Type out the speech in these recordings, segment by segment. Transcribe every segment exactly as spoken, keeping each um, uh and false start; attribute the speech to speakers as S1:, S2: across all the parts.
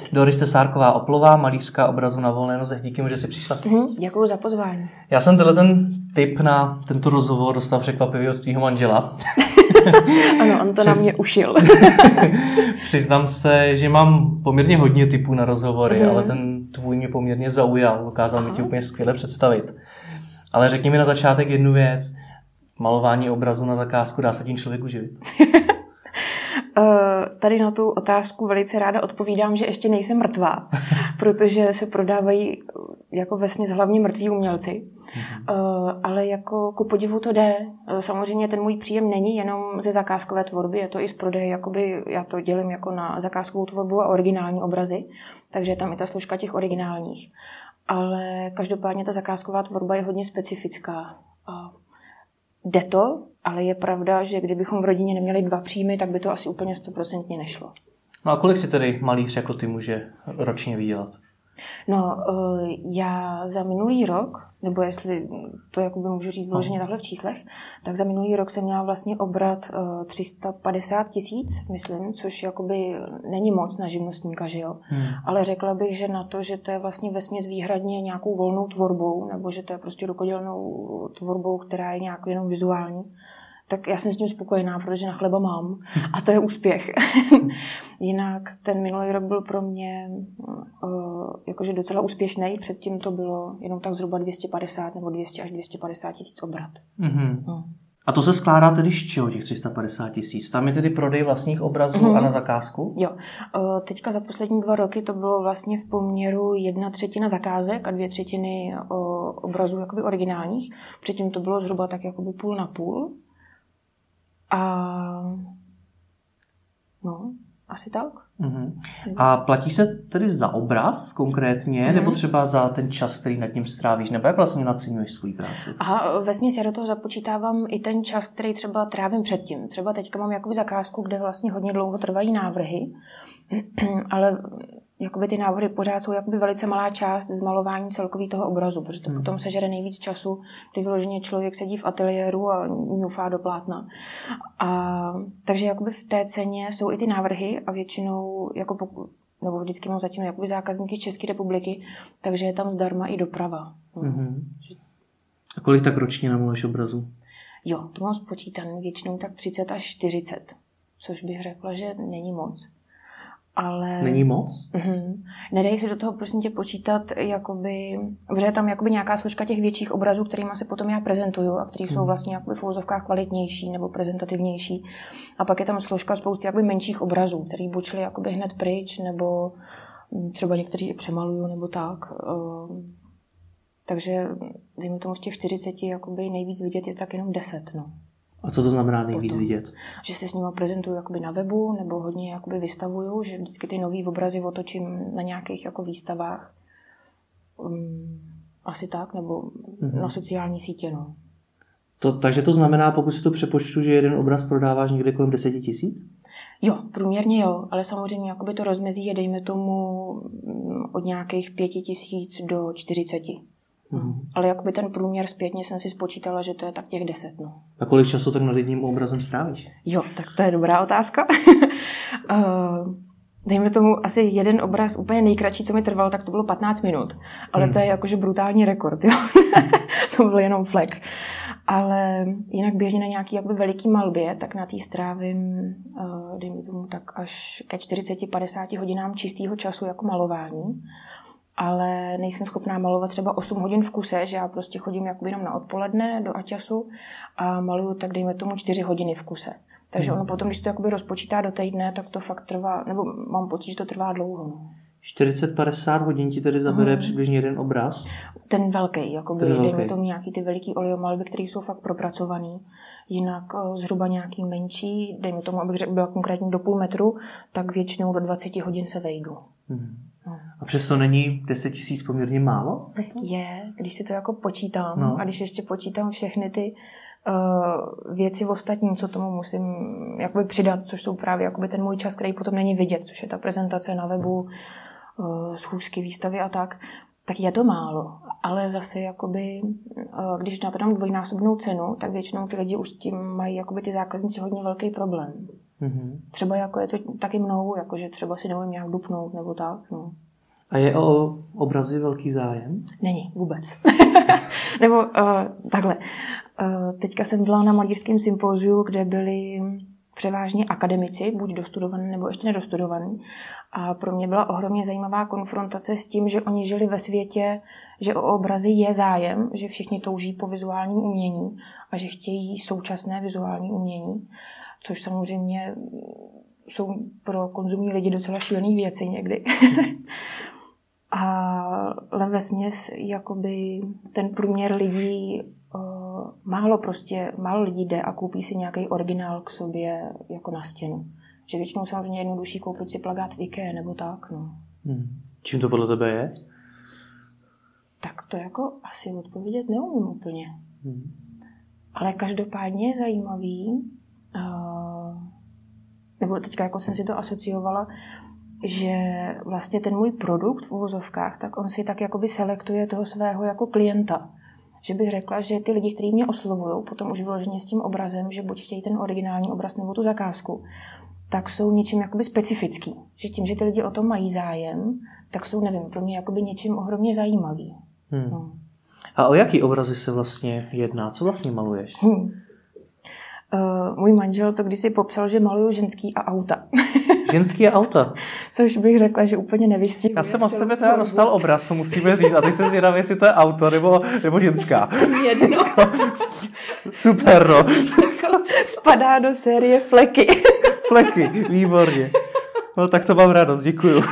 S1: Doris Tesárková Oplová, malířka obrazu na volné noze. Díky mu, že jsi přišla.
S2: Mm-hmm, děkuji za pozvání.
S1: Já jsem tenhle ten tip na tento rozhovor dostal překvapivý od tvýho manžela.
S2: Ano, on to Přiz... na mě ušil.
S1: Přiznám se, že mám poměrně hodně tipů na rozhovory, mm. ale ten tvůj mě poměrně zaujal. Dokázal mi ti úplně skvěle představit. Ale řekni mi na začátek jednu věc. Malování obrazu na zakázku, dá se tím člověk uživit?
S2: Tady na tu otázku velice ráda odpovídám, že ještě nejsem mrtvá, protože se prodávají jako vesměs hlavně mrtví umělci. Mm-hmm. Ale jako ku podivu to jde. Samozřejmě ten můj příjem není jenom ze zakázkové tvorby, je to i z prodeje, jakoby já to dělím jako na zakázkovou tvorbu a originální obrazy, takže je tam i ta složka těch originálních. Ale každopádně ta zakázková tvorba je hodně specifická. Jde to, ale je pravda, že kdybychom v rodině neměli dva příjmy, tak by to asi úplně stoprocentně nešlo.
S1: No a kolik si tedy malíř jako ty může ročně vydělat?
S2: No, já za minulý rok, nebo jestli to jakoby můžu říct vloženě takhle v číslech, tak za minulý rok jsem měla vlastně obrat tři sta padesát tisíc, myslím, což jakoby není moc na živnostníka, že jo. Hmm. Ale řekla bych, že na to, že to je vlastně vesměs výhradně nějakou volnou tvorbou, nebo že to je prostě rukodělnou tvorbou, která je nějak jenom vizuální, tak já jsem s tím spokojená, protože na chleba mám a to je úspěch. Jinak ten minulý rok byl pro mě uh, jakože docela úspěšný, předtím to bylo jenom tak zhruba dvě stě padesát nebo dvě stě až dvě stě padesát tisíc obrat.
S1: Mm-hmm. Hmm. A to se skládá tedy z čeho, těch tři sta padesát tisíc? Tam je tedy prodej vlastních obrazů mm-hmm. a na zakázku?
S2: Jo. Uh, teďka za poslední dva roky to bylo vlastně v poměru jedna třetina zakázek a dvě třetiny uh, obrazů jakoby originálních. Předtím to bylo zhruba tak jakoby půl na půl. A no, asi tak.
S1: Uh-huh. A platí se tedy za obraz konkrétně, uh-huh. nebo třeba za ten čas, který nad ním strávíš, nebo jak vlastně naceňuješ svou práci?
S2: Aha, vesměs já do toho započítávám i ten čas, který třeba trávím předtím. Třeba teďka mám jakoby zakázku, kde vlastně hodně dlouho trvají návrhy, ale jakoby ty návrhy pořád jsou jakoby velice malá část zmalování celkový toho obrazu, protože to hmm. potom sežere nejvíc času, kdy vyloženě člověk sedí v ateliéru a ňufá do plátna. A, takže jakoby v té ceně jsou i ty návrhy a většinou, jako pokud, nebo vždycky mám zatím jakoby zákazníky z České republiky, takže je tam zdarma i doprava.
S1: Hmm. A kolik tak ročně namaluješ obrazů?
S2: Jo, to mám spočítané většinou tak třicet až čtyřicet, což bych řekla, že není moc. Ale...
S1: Není moc?
S2: Uh-huh. Nedají se do toho prosím tě počítat, jakoby, protože je tam jakoby nějaká složka těch větších obrazů, kterýma se potom já prezentuju a který jsou vlastně jakoby v uvozovkách kvalitnější nebo prezentativnější. A pak je tam složka spousty jakoby menších obrazů, který buď šli jakoby hned pryč, nebo třeba někteří i přemalují, nebo tak. Takže dejme tomu z těch čtyřiceti jakoby nejvíc vidět je tak jenom deset, no.
S1: A co to znamená nejvíc
S2: potom,
S1: vidět?
S2: Že se s nimi prezentuju jakoby na webu, nebo hodně jakoby vystavuju, že vždycky ty nový obrazy otočím na nějakých jako výstavách. Um, asi tak, nebo mm-hmm. na sociální sítě, no.
S1: To, takže to znamená, pokud si to přepočtu, že jeden obraz prodáváš někde kolem deset tisíc?
S2: Jo, průměrně jo, ale samozřejmě jakoby to rozmezí je, dejme tomu, od nějakých pěti tisíc do čtyřiceti. Mm. Ale jakoby ten průměr zpětně jsem si spočítala, že to je tak těch deset. No.
S1: A kolik času tak nad jedním obrazem strávíš?
S2: Jo, tak to je dobrá otázka. uh, dejme tomu asi jeden obraz úplně nejkratší, co mi trval, tak to bylo patnáct minut. Ale mm. to je jakože brutální rekord. Jo? To byl jenom flek. Ale jinak běžně na nějaký jakoby veliký malbě, tak na té strávím, uh, dejme tomu tak až ke čtyřicet až padesát hodinám čistého času jako malování. Ale nejsem schopná malovat třeba osm hodin v kuse, že já prostě chodím jakoby jenom na odpoledne do Aťasu a maluju tak dejme tomu čtyři hodiny v kuse. Takže ono potom, když to jakoby rozpočítá do týdne, tak to fakt trvá, nebo mám pocit, že to trvá dlouho. No.
S1: čtyřicet až padesát hodin ti tedy zabere hmm. přibližně jeden obraz?
S2: Ten velký, jakoby,
S1: Ten velký.
S2: Dejme tomu nějaký ty veliký oleomalby, které jsou fakt propracovaný. Jinak zhruba nějaký menší, dejme tomu, abych řekl, byla konkrétně do půl metru, tak většinou do dvacet hodin se vejdu. Hmm.
S1: A přesto není deset tisíc poměrně málo?
S2: Je, když si to jako počítám
S1: no.
S2: a když ještě počítám všechny ty uh, věci ostatní, co tomu musím jakoby přidat, což jsou právě jakoby ten můj čas, který potom není vidět, což je ta prezentace na webu, uh, schůzky, výstavy a tak, tak je to málo. Ale zase, jakoby, uh, když na to dám dvojnásobnou cenu, tak většinou ty lidi už s tím mají jakoby ty zákazníci hodně velký problém. Mm-hmm. Třeba jako je to taky mnou, jakože třeba si nevím nějak dupnout nebo tak. No.
S1: A je o obrazy velký zájem?
S2: Není, vůbec. Nebo uh, takhle. Uh, teďka jsem byla na malířském sympóziu, kde byli převážně akademici, buď dostudovaní nebo ještě nedostudovaní. A pro mě byla ohromně zajímavá konfrontace s tím, že oni žili ve světě, že o obrazy je zájem, že všichni touží po vizuálním umění a že chtějí současné vizuální umění, což samozřejmě jsou pro konzumní lidi docela šílený věci někdy. Ale vesměs jakoby ten průměr lidí uh, málo prostě, málo lidí jde a koupí si nějaký originál k sobě jako na stěnu. Že většinou samozřejmě jednodušší koupit si plakát v IKEA nebo tak, no.
S1: Hmm. Čím to podle tebe je?
S2: Tak to jako asi odpovědět neumím úplně. Hmm. Ale každopádně je zajímavý, uh, nebo teďka jako jsem si to asociovala, že vlastně ten můj produkt v uvozovkách, tak on si tak jakoby selektuje toho svého jako klienta. Že bych řekla, že ty lidi, kteří mě oslovují, potom už vyloženě s tím obrazem, že buď chtějí ten originální obraz nebo tu zakázku, tak jsou něčím jakoby specifický. Že tím, že ty lidi o tom mají zájem, tak jsou, nevím, pro mě jakoby něčím ohromně zajímavý. Hmm. No.
S1: A o jaký obrazy se vlastně jedná? Co vlastně maluješ?
S2: Hmm. Uh, můj manžel to kdysi popsal, že maluju ženský a auta.
S1: Ženský a auta?
S2: Což bych řekla, že úplně nevystihuje.
S1: Já jsem od tebe teda dostal obraz, co musíme říct. A teď se zvědavím, jestli to je auto nebo, nebo ženská.
S2: Jedno.
S1: Super, no.
S2: Spadá do série fleky.
S1: Fleky, výborně. No tak to mám radost, děkuju.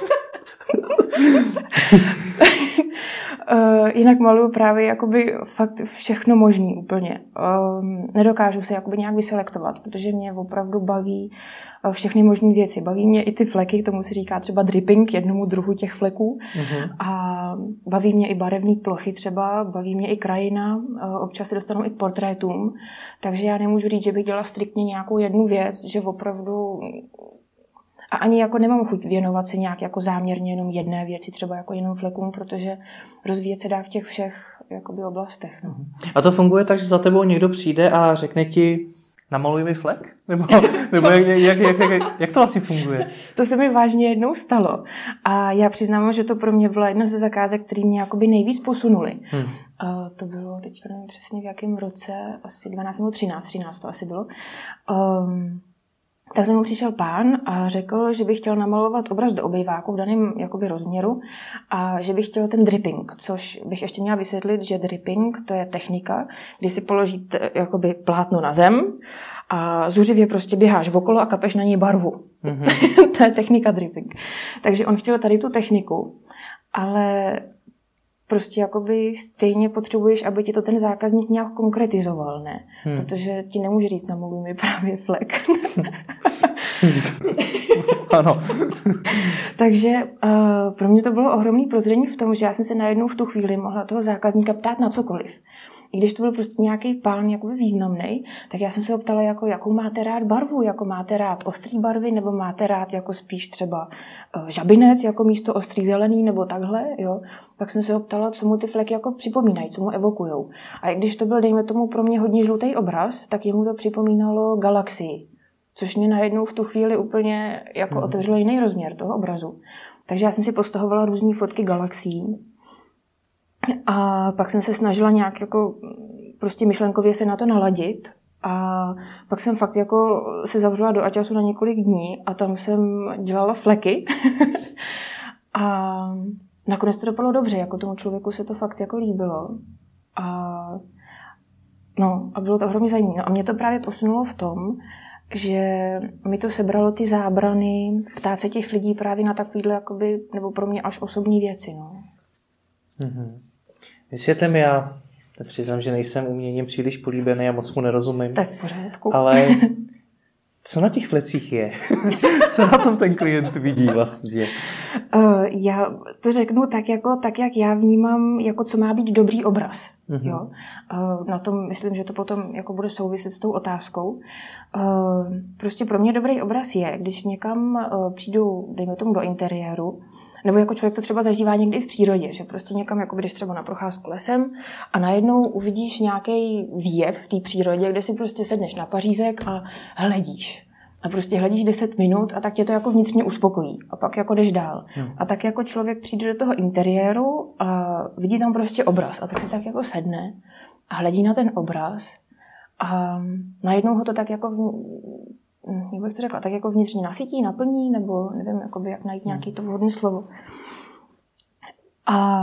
S2: Uh, jinak maluju právě jakoby fakt všechno možný úplně. Um, nedokážu se jakoby nějak vyselektovat, protože mě opravdu baví uh, všechny možné věci. Baví mě i ty fleky, tomu se říká třeba dripping, jednomu druhu těch fleků. Uh-huh. A baví mě i barevné plochy třeba, baví mě i krajina, uh, občas se dostanu i k portrétům. Takže já nemůžu říct, že bych dělala striktně nějakou jednu věc, že opravdu... A ani jako nemám chuť věnovat se nějak jako záměrně jenom jedné věci, třeba jako jenom flekům, protože rozvíjet se dá v těch všech jakoby oblastech. No.
S1: A to funguje tak, že za tebou někdo přijde a řekne ti, namaluj mi flek? Nebo, nebo jak, jak, jak, jak, jak to asi funguje?
S2: To se mi vážně jednou stalo. A já přiznám, že to pro mě byla jedna ze zakázek, které mě jakoby nejvíc posunuly. Hmm. A to bylo, teďka nevím přesně v jakém roce, asi dvanáct nebo třináct, třináct to asi bylo. Um, Tak za mnou přišel pán a řekl, že by chtěl namalovat obraz do obejváku v daném jakoby rozměru a že by chtěl ten dripping, což bych ještě měla vysvětlit, že dripping to je technika, kdy si položíte jakoby plátno na zem a zuřivě prostě běháš okolo a kapeš na něj barvu. Mm-hmm. To je technika dripping. Takže on chtěl tady tu techniku, ale prostě jakoby stejně potřebuješ, aby ti to ten zákazník nějak konkretizoval, ne? Hmm. Protože ti nemůže říct, namaluj mi právě flek.
S1: Ano.
S2: Takže uh, pro mě to bylo ohromný prozření v tom, že já jsem se najednou v tu chvíli mohla toho zákazníka ptát na cokoliv. I když to byl prostě nějaký pán jakoby významný, tak já jsem se ho ptala, jako, jakou máte rád barvu, jako máte rád ostrý barvy, nebo máte rád jako spíš třeba uh, žabinec, jako místo ostrý zelený, nebo takhle, jo. Pak jsem se ho ptala, co mu ty fleky jako připomínají, co mu evokujou. A i když to byl, dejme tomu, pro mě hodně žlutý obraz, tak jemu to připomínalo galaxii, což mě najednou v tu chvíli úplně jako hmm. otevřelo jiný rozměr toho obrazu. Takže já jsem si postahovala různý fotky galaxií. A pak jsem se snažila nějak jako prostě myšlenkově se na to naladit a pak jsem fakt jako se zavřela do Aťasu na několik dní a tam jsem dělala fleky a nakonec to dopadlo dobře, jako tomu člověku se to fakt jako líbilo a no a bylo to ohromně zajímavé. No a mě to právě posunulo v tom, že mi to sebralo ty zábrany ptát se těch lidí právě na takovýhle jakoby, nebo pro mě až osobní věci, no.
S1: Mm-hmm. Vysvětli mi, já přiznám, že nejsem uměním příliš políbený a moc mu nerozumím.
S2: Tak v pořádku.
S1: Ale co na těch flecích je? Co na tom ten klient vidí vlastně?
S2: Uh, já to řeknu tak, jako, tak, jak já vnímám, jako co má být dobrý obraz. Mm-hmm. Jo? Uh, na tom myslím, že to potom jako bude souviset s tou otázkou. Uh, prostě pro mě dobrý obraz je, když někam uh, přijdu, dejme tomu do interiéru, nebo jako člověk to třeba zažívá někdy v přírodě, že prostě někam, jako když třeba na procházku lesem a najednou uvidíš nějaký výjev v té přírodě, kde si prostě sedneš na pařízek a hledíš. A prostě hledíš deset minut a tak tě to jako vnitřně uspokojí. A pak jako jdeš dál.
S1: Hmm.
S2: A tak jako člověk přijde do toho interiéru a vidí tam prostě obraz. A tak se tak jako sedne a hledí na ten obraz a najednou ho to tak jako, jak bych to řekla, tak jako vnitřně nasytí, naplní, nebo nevím, jakoby, jak najít nějaké to vhodné slovo. A,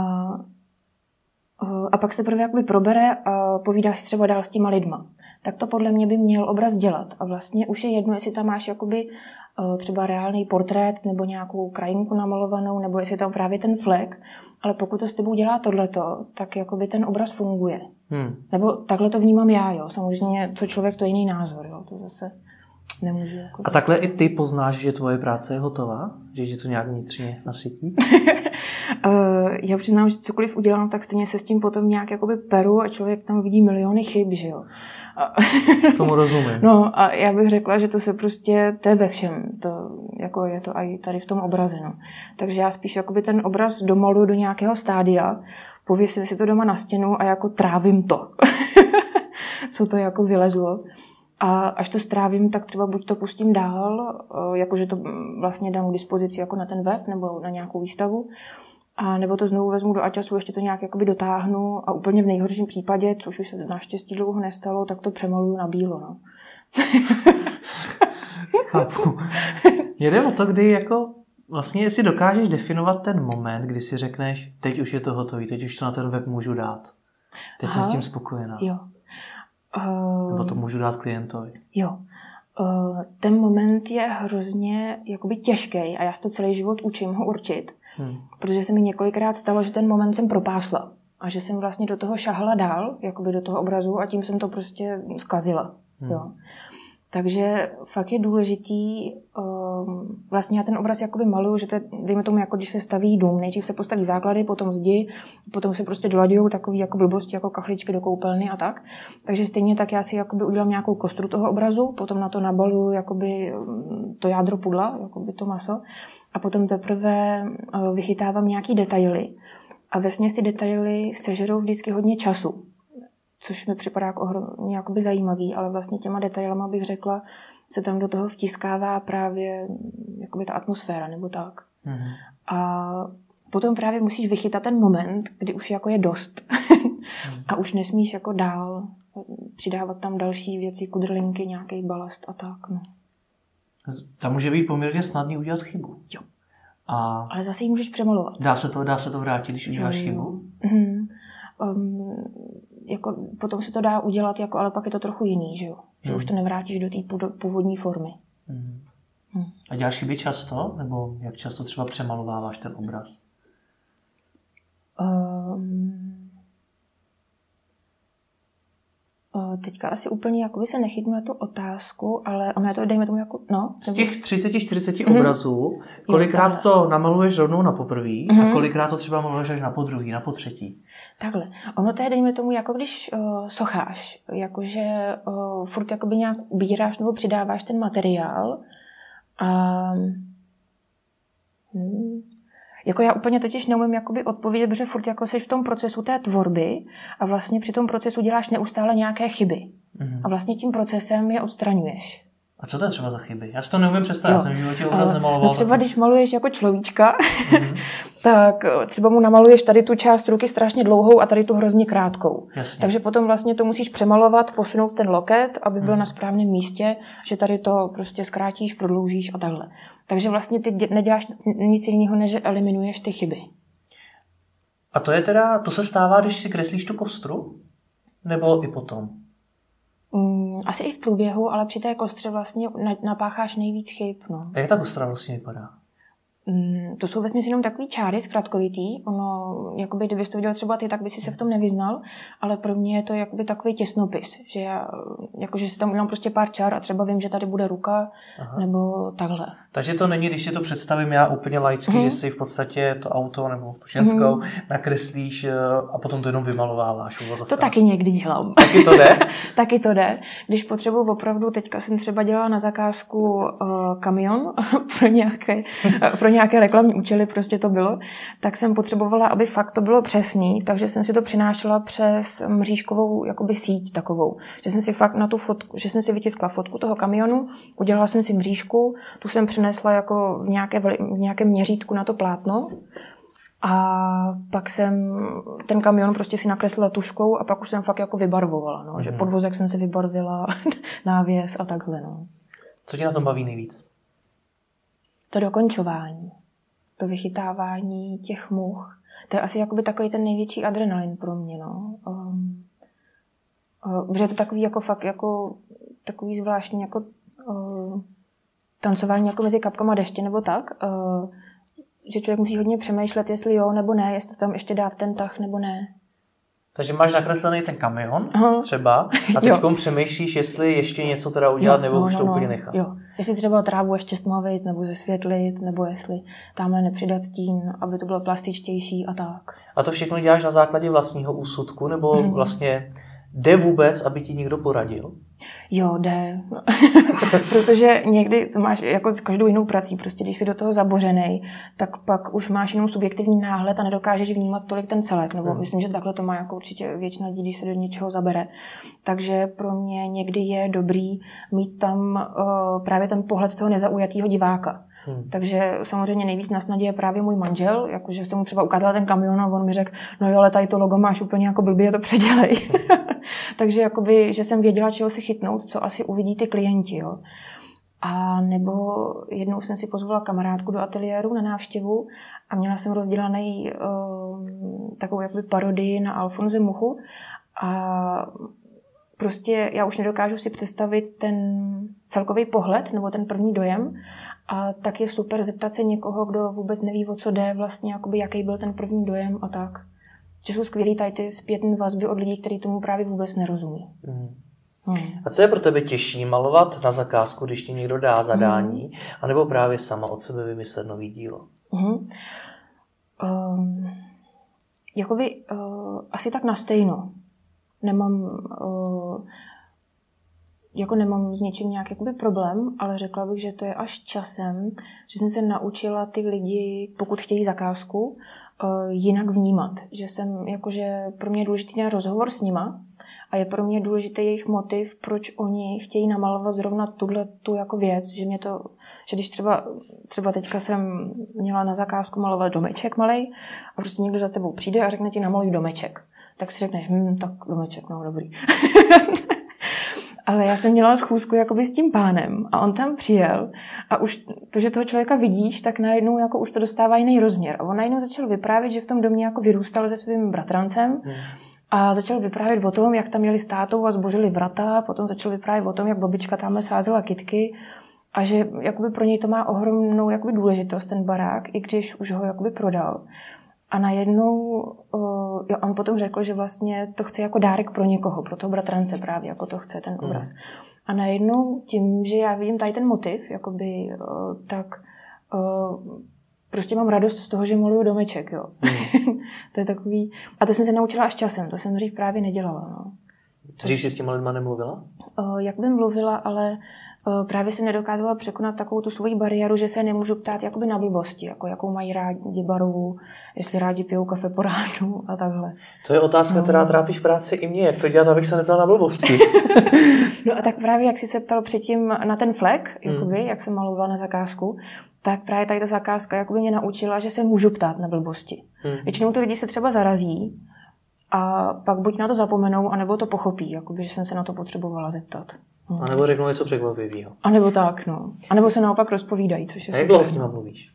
S2: a pak se teprve jakoby probere a povídáš si třeba dál s těma lidma. Tak to podle mě by měl obraz dělat. A vlastně už je jedno, jestli tam máš jakoby třeba reálný portrét nebo nějakou krajinku namalovanou, nebo jestli tam právě ten flek, ale pokud to s tebou dělá tohleto, tak jakoby ten obraz funguje. Hmm. Nebo takhle to vnímám já, jo. Samozřejmě, co člověk, to je jiný názor, jo. To zase nemůžu. Jako...
S1: A takhle i ty poznáš, že tvoje práce je hotová? Že tě to nějak vnitřně nasytí?
S2: Já přiznám, že cokoliv udělám, tak stejně se s tím potom nějak jakoby peru a člověk tam vidí miliony chyb, že jo. A...
S1: Tomu rozumím.
S2: No a já bych řekla, že to se prostě, to je ve všem, to, jako je to i tady v tom obraze, no. Takže já spíš jakoby ten obraz domaluju do nějakého stádia, pověsím si to doma na stěnu a jako trávím to, co to jako vylezlo. A až to strávím, tak třeba buď to pustím dál, jakože to vlastně dám k dispozici jako na ten web nebo na nějakou výstavu, a nebo to znovu vezmu do Aťasu, ještě to nějak jakoby dotáhnu a úplně v nejhorším případě, což už se naštěstí dlouho nestalo, tak to přemaluju na bílo. No.
S1: Chápu. Jde o to, kdy jako vlastně si dokážeš definovat ten moment, kdy si řekneš, teď už je to hotový, teď už to na ten web můžu dát. Teď Aha. jsem s tím spokojená.
S2: Jo. Uh,
S1: Nebo to můžu dát klientovi.
S2: Jo. Uh, ten moment je hrozně jakoby těžký a já si to celý život učím ho určit. Hmm. Protože se mi několikrát stalo, že ten moment jsem propásla. A že jsem vlastně do toho šahala dál, jakoby do toho obrazu a tím jsem to prostě zkazila. Hmm. Jo. Takže fakt je důležitý, um, vlastně já ten obraz jakoby maluju, že to je, dejme tomu, jako když se staví dům, nejdřív se postaví základy, potom zdi, potom se prostě dolaďujou takový jako blbosti, jako kachličky do koupelny a tak. Takže stejně tak já si jakoby udělám nějakou kostru toho obrazu, potom na to nabaluju jakoby to jádro pudla, jakoby to maso, a potom teprve vychytávám nějaký detaily. A vesměs ty detaily sežerou vždycky hodně času. Což mi připadá jako ohromně jakoby zajímavý, ale vlastně těma detailama bych řekla, se tam do toho vtiskává právě jakoby ta atmosféra nebo tak. Mm-hmm. A potom právě musíš vychytat ten moment, kdy už jako je dost. mm. A už nesmíš jako dál přidávat tam další věci, kudrlinky, nějaký balast a tak. No.
S1: Tam může být poměrně snadný udělat chybu.
S2: Jo.
S1: A
S2: ale zase ji můžeš přemalovat.
S1: Dá se to, dá se to vrátit, když uděláš chybu?
S2: Mm. Um, jako, potom se to dá udělat, jako, ale pak je to trochu jiný, že jo? Že hmm. už to nevrátíš do té původní formy.
S1: Hmm. Hmm. A děláš chyby často? Nebo jak často třeba přemalováváš ten obraz? Um, teďka asi úplně jakoby se nechytnu na tu otázku, ale ona je to, dejme tomu jako, no. Z těch třicet čtyřicet mm-hmm. obrazů, kolikrát jo, to namaluješ rovnou na poprvý mm-hmm. a kolikrát to třeba maluješ až na podruhý, na potřetí?
S2: Takhle. Ono to je, dejme tomu, jako když uh, socháš, jakože uh, furt jakoby nějak ubíráš nebo přidáváš ten materiál a hmm, jako já úplně totiž neumím jakoby odpovědět, protože furt jako seš v tom procesu té tvorby a vlastně při tom procesu děláš neustále nějaké chyby. Mm-hmm. A vlastně tím procesem je odstraňuješ.
S1: A co to je třeba za chyby? Já si to neumím představit, já jsem v životě obraz nemaloval.
S2: No třeba když maluješ jako človíčka, mm-hmm. tak třeba mu namaluješ tady tu část ruky strašně dlouhou a tady tu hrozně krátkou. Jasně. Takže potom vlastně to musíš přemalovat, posunout ten loket, aby byl mm. na správném místě, že tady to prostě zkrátíš, prodloužíš a takhle. Takže vlastně ty neděláš nic jiného, než eliminuješ ty chyby.
S1: A to je teda, to se stává, když si kreslíš tu kostru? Nebo i potom?
S2: Mm, asi i v průběhu, ale při té kostře vlastně napácháš nejvíc chyb. No.
S1: A jak ta kostra vlastně vypadá?
S2: Mm, to jsou vesměs jenom takový čáry zkratkovitý. Ono, jakoby, kdybys to viděl třeba ty, tak by si se v tom nevyznal, ale pro mě je to jakoby takový těsnopis, že já, jakože si tam udělám prostě pár čár a třeba vím, že tady bude ruka, Aha. nebo takhle.
S1: Takže to není, když si to představím já úplně laicky, mm. že si v podstatě to auto nebo tu ženskou mm. nakreslíš a potom to jenom vymalováváš.
S2: To taky někdy dělám.
S1: Taky to jde?
S2: Taky to jde. Když potřebuji opravdu, teďka jsem třeba dělala na zakázku uh, kamion pro nějaké, pro nějaké reklamní účely, prostě to bylo, tak jsem potřebovala, aby fakt to bylo přesný, takže jsem si to přinášela přes mřížkovou jakoby síť takovou, že jsem si fakt na tu fotku, že jsem si vytiskla fotku toho kamionu, udělala jsem si mřížku, tu jsem přinesla jako v, nějaké, v nějakém měřítku na to plátno a pak jsem ten kamion prostě si nakreslila tuškou a pak už jsem fakt jako vybarvovala, no, mm-hmm. že podvozek jsem si vybarvila, návěs a takhle, no.
S1: Co tě na tom baví nejvíc?
S2: To dokončování, to vychytávání těch much, to je asi jakoby takový ten největší adrenalin pro mě, no. Um, uh, protože je to takový jako fakt jako takový zvláštní jako uh, tancování jako mezi kapkama deště nebo tak, uh, že člověk musí hodně přemýšlet, jestli jo nebo ne, jestli tam ještě dát ten tah nebo ne.
S1: Takže máš nakreslený ten kamion uh-huh. třeba a teď přemýšlíš, jestli ještě něco teda udělat, jo, nebo no, už to no, úplně nechat.
S2: Jo. Jestli třeba trávu ještě stmavit, nebo zesvětlit, nebo jestli tamhle nepřidat stín, aby to bylo plastičtější a tak.
S1: A to všechno děláš na základě vlastního úsudku, nebo hmm. vlastně jde vůbec, aby ti někdo poradil?
S2: Jo, jde. Protože někdy to máš jako s každou jinou prací, prostě když jsi do toho zabořenej, tak pak už máš jenom subjektivní náhled a nedokážeš vnímat tolik ten celek. Nebo hmm. myslím, že takhle to má jako určitě většina lidí, když se do něčeho zabere. Takže pro mě někdy je dobrý mít tam uh, právě ten pohled toho nezaujatého diváka. Hmm. Takže samozřejmě nejvíc na snadě je právě můj manžel, jakože jsem mu třeba ukázala ten kamion a on mi řekl, no jo, ale tady to logo máš úplně jako blbě, to předělej. Takže jakoby, že jsem věděla, čeho se chytnout, co asi uvidí ty klienti, jo. A nebo jednou jsem si pozvala kamarádku do ateliéru na návštěvu a měla jsem rozdělaný uh, takovou jakoby parodii na Alfonse Muchu a prostě já už nedokážu si představit ten celkový pohled nebo ten první dojem a tak je super zeptat se někoho, kdo vůbec neví, o co jde, vlastně jakoby, jaký byl ten první dojem a tak. Že jsou skvělý tady ty zpětné vazby od lidí, kteří tomu právě vůbec nerozumí. Mm. Hmm.
S1: A co je pro tebe těžší, malovat na zakázku, když ti někdo dá zadání, hmm. anebo právě sama od sebe vymyslet nový dílo?
S2: Hmm. Um, jakoby uh, asi tak na stejno. Nemám, uh, jako nemám s něčím nějak jakoby problém, ale řekla bych, že to je až časem, že jsem se naučila ty lidi, pokud chtějí zakázku, uh, jinak vnímat. Že jsem, jakože pro mě je důležitý rozhovor s nima a je pro mě důležitý jejich motiv, proč oni chtějí namalovat zrovna tuhle tu jako věc, že mě to, že když třeba, třeba teďka jsem měla na zakázku malovat domeček malej a prostě někdo za tebou přijde a řekne ti namaluj domeček. Tak si řekneš, hm, tak domeček, no dobrý. Ale já jsem měla schůzku jakoby s tím pánem a on tam přijel a už to, že toho člověka vidíš, tak najednou jako už to dostává jiný rozměr. A on najednou začal vyprávět, že v tom domě jako vyrůstal se svým bratrancem hmm. a začal vyprávět o tom, jak tam měli s tátou a zbořili vrata, potom začal vyprávět o tom, jak babička tamhle sázela kytky a že jakoby pro něj to má ohromnou jakoby důležitost, ten barák, i když už ho jakoby prodal. A najednou uh, jo, on potom řekl, že vlastně to chce jako dárek pro někoho, pro toho bratrance právě, jako to chce ten obraz. Mm. A najednou tím, že já vidím tady ten motiv, jakoby, uh, tak uh, prostě mám radost z toho, že maluju domeček, jo. Mm. To je takový... A to jsem se naučila až časem, to jsem dřív právě nedělala, no.
S1: Dřív jsi s těma lidma nemluvila?
S2: Uh, jak bym mluvila, ale právě jsem nedokázala překonat takovou tu svoji bariéru, že se nemůžu ptát jakoby na blbosti, jako jakou mají rádi barvu, jestli rádi pijou kafe po ránu a takhle.
S1: To je otázka, no. která trápí v práci i mě. Jak to dělat, abych se neptal na blbosti?
S2: No a tak právě, jak jsi se ptal předtím na ten flek, jakoby, mm. jak jsem malovala na zakázku, tak právě tady ta zakázka jakoby mě naučila, že se můžu ptát na blbosti. Mm. Většinou to lidi se třeba zarazí a pak buď na to zapomenou, anebo to pochopí, jakoby, že jsem se na to potřebovala zeptat.
S1: Hmm. A nebo řeknou něco překvapivého.
S2: A nebo tak, no. A nebo se naopak rozpovídají, což je
S1: a jak dlouho s nima mluvíš?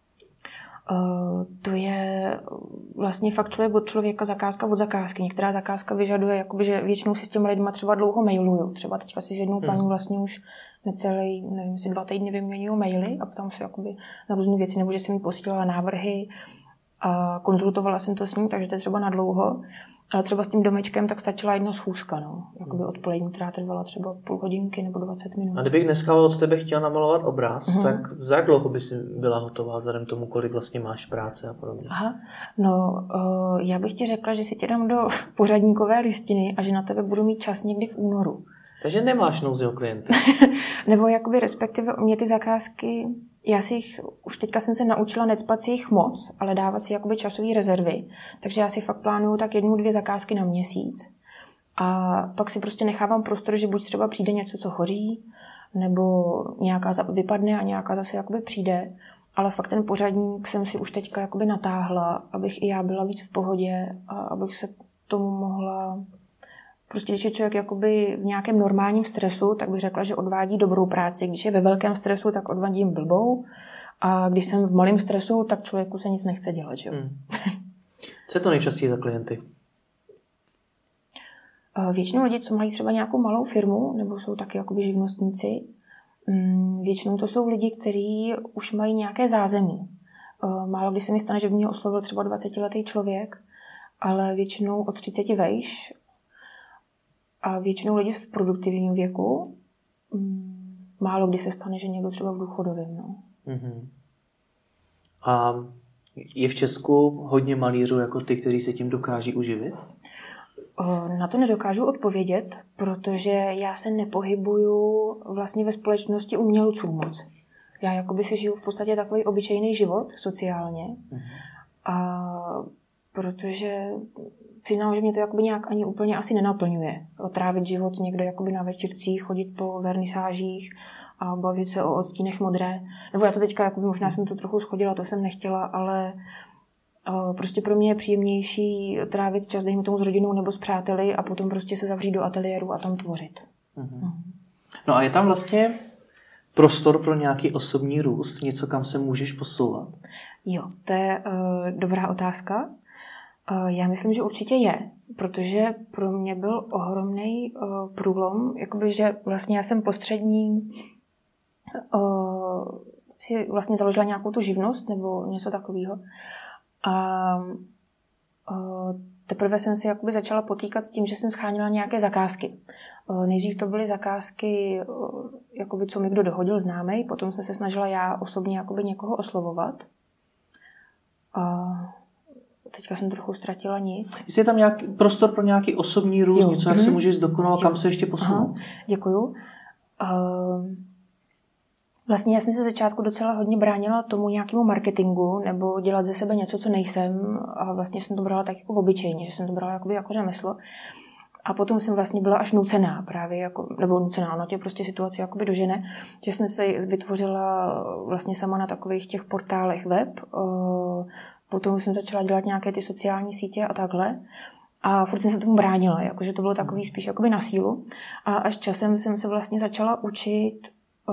S2: Uh, to je vlastně fakt člověk od člověka, zakázka od zakázky. Některá zakázka vyžaduje, jakoby, že většinou si s těmi lidma třeba dlouho mailuju. Třeba teďka si s jednou paní hmm. vlastně už necelý, nevím, si dva týdny vyměňují maily a ptám se jakoby na různé věci, nebo že jsem jí posílala návrhy a konzultovala jsem to s ním, takže to je třeba na dlouho. Ale třeba s tím domečkem tak stačila jedna schůzka, no. Jakoby odpolední, která trvala třeba půl hodinky nebo dvacet minut.
S1: A kdybych dneska od tebe chtěla namalovat obraz, mm-hmm. tak za jak dlouho by si byla hotová vzhledem tomu, kolik vlastně máš práce a podobně?
S2: Aha, no uh, já bych ti řekla, že si tě dám do pořadníkové listiny a že na tebe budu mít čas někdy v únoru.
S1: Takže nemáš nouzi o klienty.
S2: Nebo jakoby respektive mě ty zakázky já si jich, už teďka jsem se naučila necpat si jich moc, ale dávat si jakoby časové rezervy. Takže já si fakt plánuju tak jednu, dvě zakázky na měsíc. A pak si prostě nechávám prostor, že buď třeba přijde něco, co hoří, nebo nějaká vypadne a nějaká zase jakoby přijde. Ale fakt ten pořadník jsem si už teďka jakoby natáhla, abych i já byla víc v pohodě a abych se tomu mohla... Prostě když je člověk jakoby v nějakém normálním stresu, tak bych řekla, že odvádí dobrou práci. Když je ve velkém stresu, tak odvádím blbou. A když jsem v malém stresu, tak člověku se nic nechce dělat. Že? Hmm.
S1: Co je to nejčastěji za klienty?
S2: Většinou lidi, co mají třeba nějakou malou firmu, nebo jsou taky jakoby živnostníci, většinou to jsou lidi, kteří už mají nějaké zázemí. Málo kdy se mi stane, že by mě oslovil třeba dvacetiletý člověk, ale většinou od třiceti vejš a většinou lidi v produktivním věku. Málo kdy se stane, že někdo třeba v důchodovém. No.
S1: Mm-hmm. A je v Česku hodně malířů jako ty, kteří se tím dokáží uživit?
S2: Na to nedokážu odpovědět, protože já se nepohybuju vlastně ve společnosti umělců moc. Já jakoby si žiju v podstatě takový obyčejný život sociálně. Mm-hmm. A protože přiznám, že mě to jakoby nějak ani úplně asi nenaplňuje. Trávit život někde jakoby na večírcích, chodit po vernisážích a bavit se o odstínech modré. Nebo já to teďka, jakoby, možná jsem to trochu schodila, to jsem nechtěla, ale prostě pro mě je příjemnější trávit čas, dejme tomu, s rodinou nebo s přáteli a potom prostě se zavřít do ateliéru a tam tvořit.
S1: Mm-hmm. No a je tam vlastně prostor pro nějaký osobní růst, něco, kam se můžeš posouvat?
S2: Jo, to je uh, dobrá otázka. Uh, já myslím, že určitě je, protože pro mě byl ohromný uh, průlom, jakoby, že vlastně já jsem postřední uh, si vlastně založila nějakou tu živnost nebo něco takového. A uh, teprve jsem si jakoby začala potýkat s tím, že jsem schánila nějaké zakázky. Uh, nejdřív to byly zakázky, uh, jakoby, co mi kdo dohodil, známej, potom jsem se snažila já osobně jakoby někoho oslovovat. A teďka jsem trochu ztratila nic.
S1: Jestli je tam nějaký prostor pro nějaký osobní růst, jo. něco, jak mm-hmm. se můžeš zdokonalit, kam se ještě posunout?
S2: Aha, děkuju. Uh, Vlastně já jsem se začátku docela hodně bránila tomu nějakému marketingu nebo dělat ze sebe něco, co nejsem a vlastně jsem to brala tak jako obyčejně, že jsem to brala jakoby jako řemeslo. A potom jsem vlastně byla až nucená právě, jako, nebo nucená, ono tě prostě situace jakoby dožene, že jsem se vytvořila vlastně sama na takových těch portálech web, potom jsem začala dělat nějaké ty sociální sítě a takhle. A furt jsem se tomu bránila, jakože to bylo takový spíš jakoby na sílu. A až časem jsem se vlastně začala učit,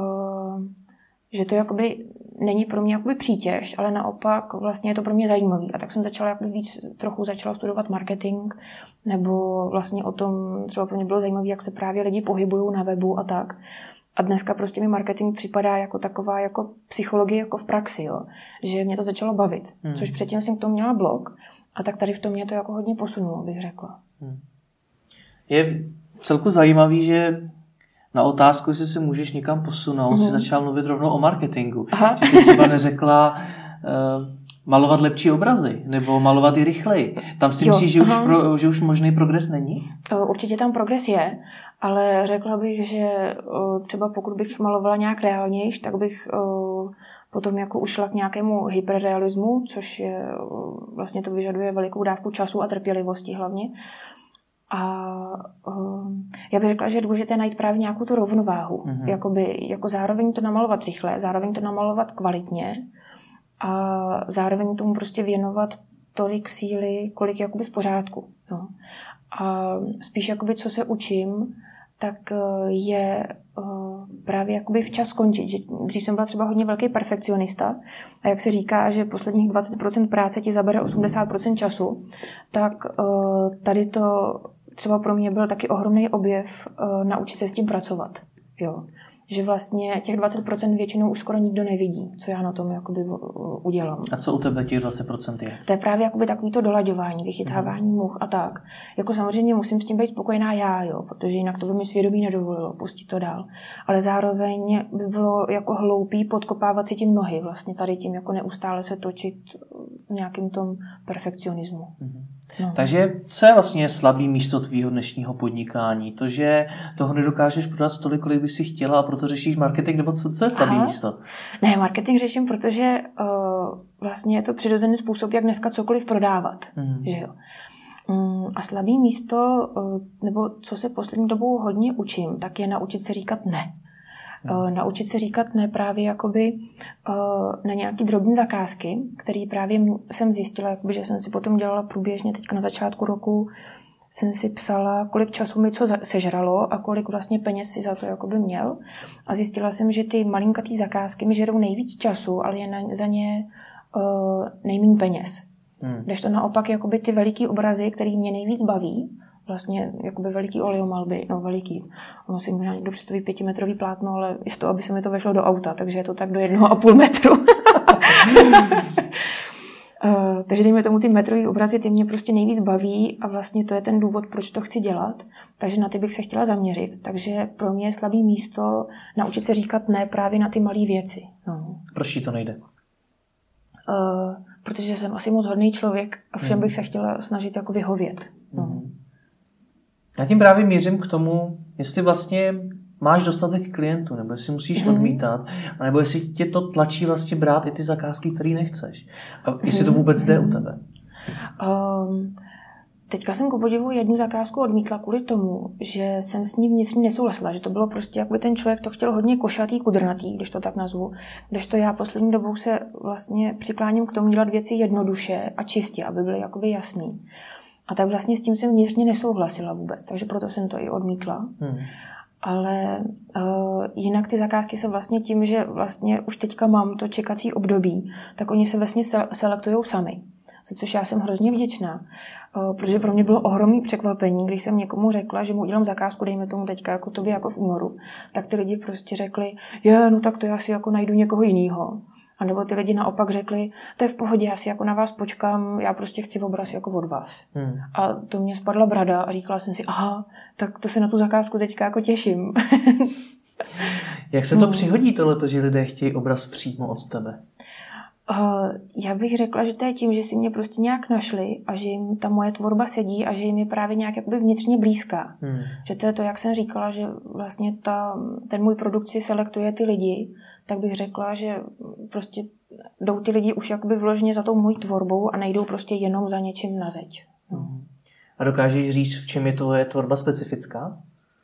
S2: že to jakoby není pro mě jakoby přítěž, ale naopak vlastně je to pro mě zajímavý. A tak jsem začala jakoby víc trochu začala studovat marketing, nebo vlastně o tom třeba pro mě bylo zajímavé, jak se právě lidi pohybují na webu a tak. A dneska prostě mi marketing připadá jako taková jako psychologie jako v praxi, jo. Že mě to začalo bavit. Hmm. Což předtím jsem k tomu měla blog. A tak tady v tom mě to jako hodně posunulo, bych řekla. Hmm.
S1: Je celku zajímavý, že na otázku, jestli se můžeš někam posunout, mm-hmm. si začala mluvit rovnou o marketingu. Aha. Že jsi třeba neřekla uh, malovat lepší obrazy, nebo malovat i rychleji. Tam si jo, myslíš, že už, pro, že už možný progres není?
S2: Určitě tam progres je, ale řekla bych, že uh, třeba pokud bych malovala nějak reálnějš, tak bych uh, potom jako ušla k nějakému hyperrealismu, což je, uh, vlastně to vyžaduje velikou dávku času a trpělivosti hlavně. A uh, já bych řekla, že je důležité najít právě nějakou tu rovnováhu. Mm-hmm. Jakoby, jako zároveň to namalovat rychle, zároveň to namalovat kvalitně a zároveň tomu prostě věnovat tolik síly, kolik je jakoby v pořádku. No. A spíš jakoby, co se učím, tak je uh, právě jakoby včas skončit. Že dřív jsem byla třeba hodně velký perfekcionista a jak se říká, že posledních dvacet procent práce ti zabere osmdesát procent času, tak uh, tady to třeba pro mě byl taky ohromný objev uh, naučit se s tím pracovat. Jo. Že vlastně těch dvacet procent většinou už skoro nikdo nevidí, co já na tom jakoby udělám.
S1: A co u tebe těch dvacet procent je?
S2: To je právě jakoby takový to dolaďování, vychytávání mm. much a tak. Jako samozřejmě musím s tím být spokojená já, jo, protože jinak to by mi svědomí nedovolilo pustit to dál. Ale zároveň by bylo jako hloupý podkopávat si tím nohy, vlastně tady tím jako neustále se točit v nějakým tom perfekcionismu.
S1: Mm.
S2: No.
S1: Takže co je vlastně slabý místo tvýho dnešního podnikání? To, že toho nedokážeš prodat tolik, kolik by si chtěla a proto řešíš marketing, nebo co, co je slabý Aha. místo?
S2: Ne, marketing řeším, protože uh, vlastně je to přirozený způsob, jak dneska cokoliv prodávat. Mm. Že jo? Um, a slabý místo, uh, nebo co se poslední dobou hodně učím, tak je naučit se říkat ne. Uh, naučit se říkat ne právě jakoby uh, na nějaký drobné zakázky, které právě jsem zjistila, jakoby, že jsem si potom dělala průběžně teďka na začátku roku, jsem si psala, kolik času mi co sežralo a kolik vlastně peněz si za to jakoby měl. A zjistila jsem, že ty malinkatý zakázky mi žerou nejvíc času, ale je na, za ně uh, nejméně peněz. Hmm. Když to naopak jakoby ty veliký obrazy, které mě nejvíc baví, vlastně jakoby veliký oleomalby, no veliký. Ono si možná někdo představí pětimetrový plátno, ale je to, aby se mi to vešlo do auta, takže je to tak do jednoho a půl metru. uh, takže dejme tomu ty metrový obrazy, ty mě prostě nejvíc baví a vlastně to je ten důvod, proč to chci dělat. Takže na ty bych se chtěla zaměřit. Takže pro mě je slabý místo naučit se říkat ne právě na ty malé věci. No.
S1: Proč ti to nejde?
S2: Uh, protože jsem asi moc hodný člověk a všem mm. bych se chtěla snažit jako vyhovět. No.
S1: Mm. Já tím právě mířím k tomu, jestli vlastně máš dostatek klientů, nebo jestli musíš mm. odmítat, nebo jestli tě to tlačí vlastně brát i ty zakázky, které nechceš. A jestli to vůbec jde u tebe.
S2: Um, teďka jsem ku podivu jednu zakázku odmítla kvůli tomu, že jsem s ní vnitřně nesouhlasila, že to bylo prostě, jakoby ten člověk to chtěl hodně košatý, kudrnatý, když to tak nazvu, když to já poslední dobou se vlastně přikláním k tomu dělat věci jednoduše a čistě, aby byly jakoby jasný. A tak vlastně s tím jsem vnitřně nesouhlasila vůbec, takže proto jsem to i odmítla. Hmm. Ale uh, jinak ty zakázky se vlastně tím, že vlastně už teďka mám to čekací období, tak oni se vlastně selektujou sami. Za což já jsem hrozně vděčná, uh, protože pro mě bylo ohromné překvapení, když jsem někomu řekla, že mu udělám zakázku, dejme tomu teďka jako tobě jako v únoru, tak ty lidi prostě řekli, je, no tak to já si jako najdu někoho jinýho. A nebo ty lidi naopak řekli, to je v pohodě, já si jako na vás počkám, já prostě chci obraz jako od vás. Hmm. A to mě spadla brada a říkala jsem si, aha, tak to se na tu zakázku teďka jako těším.
S1: Jak se to hmm. přihodí tohleto, že lidé chtějí obraz přímo od tebe?
S2: Uh, já bych řekla, že to je tím, že si mě prostě nějak našli a že jim ta moje tvorba sedí a že jim je právě nějak jakoby vnitřně blízká. Hmm. Že to je to, jak jsem říkala, že vlastně ta, ten můj produkt si selektuje ty lidi, tak bych řekla, že prostě jdou ty lidi už jakoby vložně za tou mojí tvorbou a nejdou prostě jenom za něčím na zeď. No.
S1: A dokážeš říct, v čem je tvoje tvorba specifická?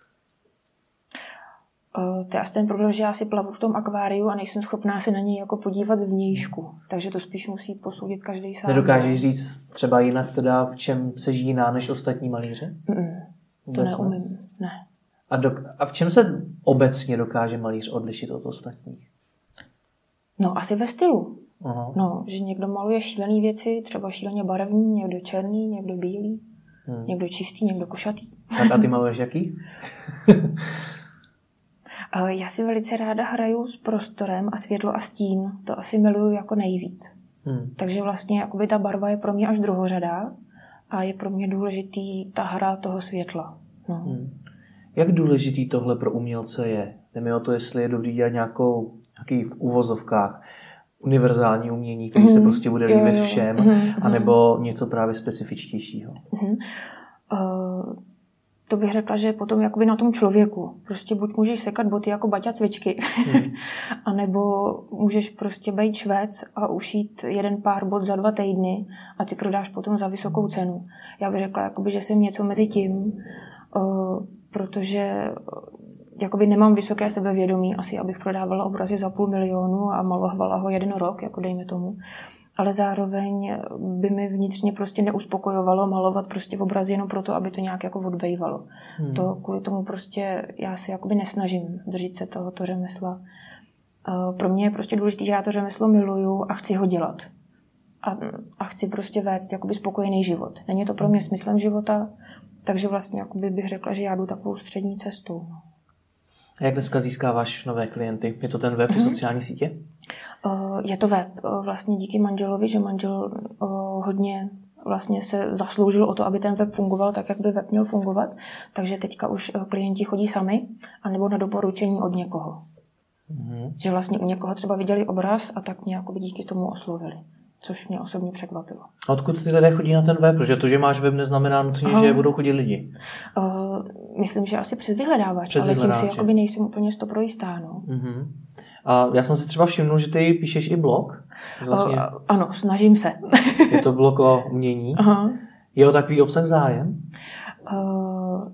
S2: Uh, to je asi ten problém, že já si plavu v tom akváriu a nejsem schopná se na něj jako podívat zvnějšku. Takže to spíš musí posoudit každý sám.
S1: Nedokážeš říct třeba jinak teda, v čem seš jiná než ostatní malíři?
S2: Mm, to neumím, ne.
S1: A, do, a v čem se obecně dokáže malíř odlišit od ostatních?
S2: No asi ve stylu.
S1: Aha.
S2: No, že někdo maluje šílené věci, třeba šíleně barevný, někdo černý, někdo bílý, hmm. někdo čistý, někdo košatý.
S1: Tak a ty maluješ jaký?
S2: Já si velice ráda hraju s prostorem a světlo a stín. To asi miluju jako nejvíc. Hmm. Takže vlastně jakoby ta barva je pro mě až druhořadá a je pro mě důležitý ta hra toho světla. No.
S1: Hmm. Jak důležitý tohle pro umělce je? Jde mi o to, jestli je dobrý dělat nějakou, nějaký v uvozovkách univerzální umění, který mm. se prostě bude líbit všem, mm. anebo něco právě specifičtějšího. Mm. Uh,
S2: to bych řekla, že potom jakoby na tom člověku. Prostě buď můžeš sekat boty jako Baťa cvičky, mm. anebo můžeš prostě být švec a ušít jeden pár bot za dva týdny a ty prodáš potom za vysokou cenu. Já bych řekla, jakoby, že jsem něco mezi tím, uh, protože jakoby nemám vysoké sebevědomí, asi abych prodávala obrazy za půl milionu a malovala ho jeden rok, jako dejme tomu. Ale zároveň by mi vnitřně prostě neuspokojovalo malovat prostě v obrazy jenom proto, aby to nějak jako odbejvalo. Hmm. To kvůli tomu prostě já se jakoby nesnažím držet se tohoto řemesla. Pro mě je prostě důležité, že já to řemeslo miluju a chci ho dělat. A, a chci prostě vést jakoby spokojený život. Není to pro mě smyslem života, takže vlastně jakoby bych řekla, že já jdu takovou střední cestou.
S1: A jak dneska získáváš nové klienty? Je to ten web i mm-hmm. sociální sítě?
S2: Uh, je to web. Uh, vlastně díky manželovi, že manžel uh, hodně vlastně se zasloužil o to, aby ten web fungoval tak, jak by web měl fungovat. Takže teďka už uh, klienti chodí sami, anebo na doporučení od někoho. Mm-hmm. Že vlastně u někoho třeba viděli obraz a tak mě jakoby díky tomu oslovili. což mě osobně překvapilo.
S1: A odkud ty lidé chodí na ten web? Protože to, že máš web, neznamená nutně, uh, že budou chodit lidi.
S2: Uh, myslím, že asi přes vyhledávač,
S1: přes
S2: ale
S1: vyhledávač.
S2: tím si jakoby nejsem úplně sto pro jistá. No.
S1: Uh-huh. A já jsem si třeba všimnul, že ty píšeš i blog.
S2: Vlastně... Uh, ano, snažím se.
S1: Je to blog o umění. Uh-huh. Je o takový obsah zájem?
S2: Uh,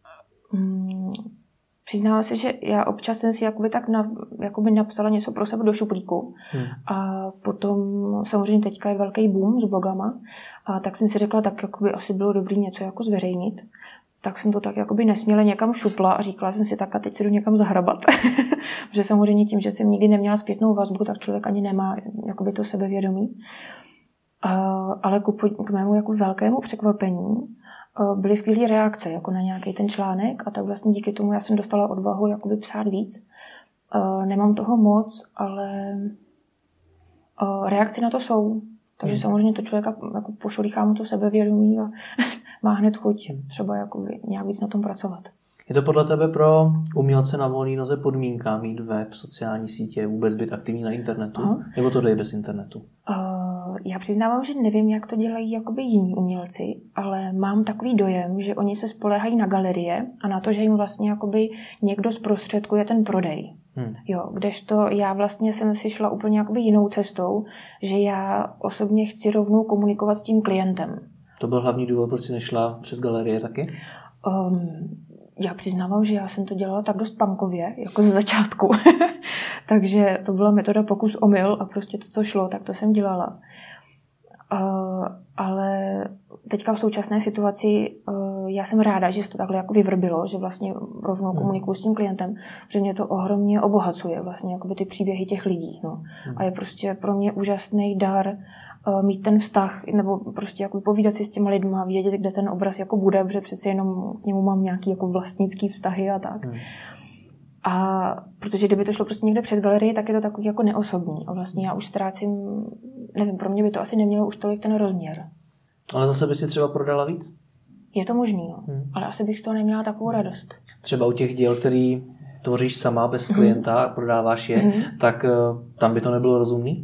S2: mm, Přiznávám se, že já občas jsem si jakoby tak na, jakoby napsala něco pro sebe do šuplíku hmm. a potom samozřejmě teďka je velký boom s blogama a tak jsem si řekla, tak jakoby asi bylo dobrý něco jako zveřejnit. Tak jsem to tak jakoby nesměle někam šupla a říkala jsem si tak a teď se jdu někam zahrabat. Protože samozřejmě tím, že jsem nikdy neměla zpětnou vazbu, tak člověk ani nemá jakoby to sebevědomí. A, ale k, k mému jako velkému překvapení byly skvělé reakce jako na nějaký ten článek a tak vlastně díky tomu já jsem dostala odvahu jakoby psát víc. Nemám toho moc, ale reakce na to jsou. Takže hmm. samozřejmě to člověka jako pošolíchá mu to sebevědomí a má hned chuť třeba jakoby nějak víc na tom pracovat.
S1: Je to podle tebe pro umělce na volné noze podmínka mít web, sociální sítě, vůbec být aktivní na internetu? Aha. Nebo to jde bez internetu?
S2: Uh, já přiznávám, že nevím, jak to dělají jakoby jiní umělci, ale mám takový dojem, že oni se spoléhají na galerie a na to, že jim vlastně jakoby někdo zprostředkuje ten prodej. Hmm. Jo, kdežto já vlastně jsem si šla úplně jakoby jinou cestou, že já osobně chci rovnou komunikovat s tím klientem.
S1: To byl hlavní důvod, proč jsi nešla přes galerie taky?
S2: Um, Já přiznávám, že já jsem to dělala tak dost punkově, jako ze začátku. Takže to byla metoda pokus omyl a prostě to, co šlo, tak to jsem dělala. Uh, ale teďka v současné situaci uh, já jsem ráda, že se to takhle jako vyvrbilo, že vlastně rovnou komunikuju s tím klientem, že mě to ohromně obohacuje, vlastně jakoby ty příběhy těch lidí. No. Hmm. A je prostě pro mě úžasný dar uh, mít ten vztah, nebo prostě jako povídat si s těma lidma, vědět, kde ten obraz jako bude, protože přece jenom k němu mám nějaký jako vlastnický vztahy a tak. Hmm. A protože kdyby to šlo prostě někde přes galerii, tak je to takový jako neosobní. A vlastně já už ztrácím, nevím, pro mě by to asi nemělo už tolik ten rozměr.
S1: Ale zase by si třeba prodala víc?
S2: Je to možný, no. Hmm. Ale asi bych z toho neměla takovou radost.
S1: Třeba u těch děl, který tvoříš sama bez klienta a hmm. prodáváš je, hmm. tak uh, tam by to nebylo rozumný?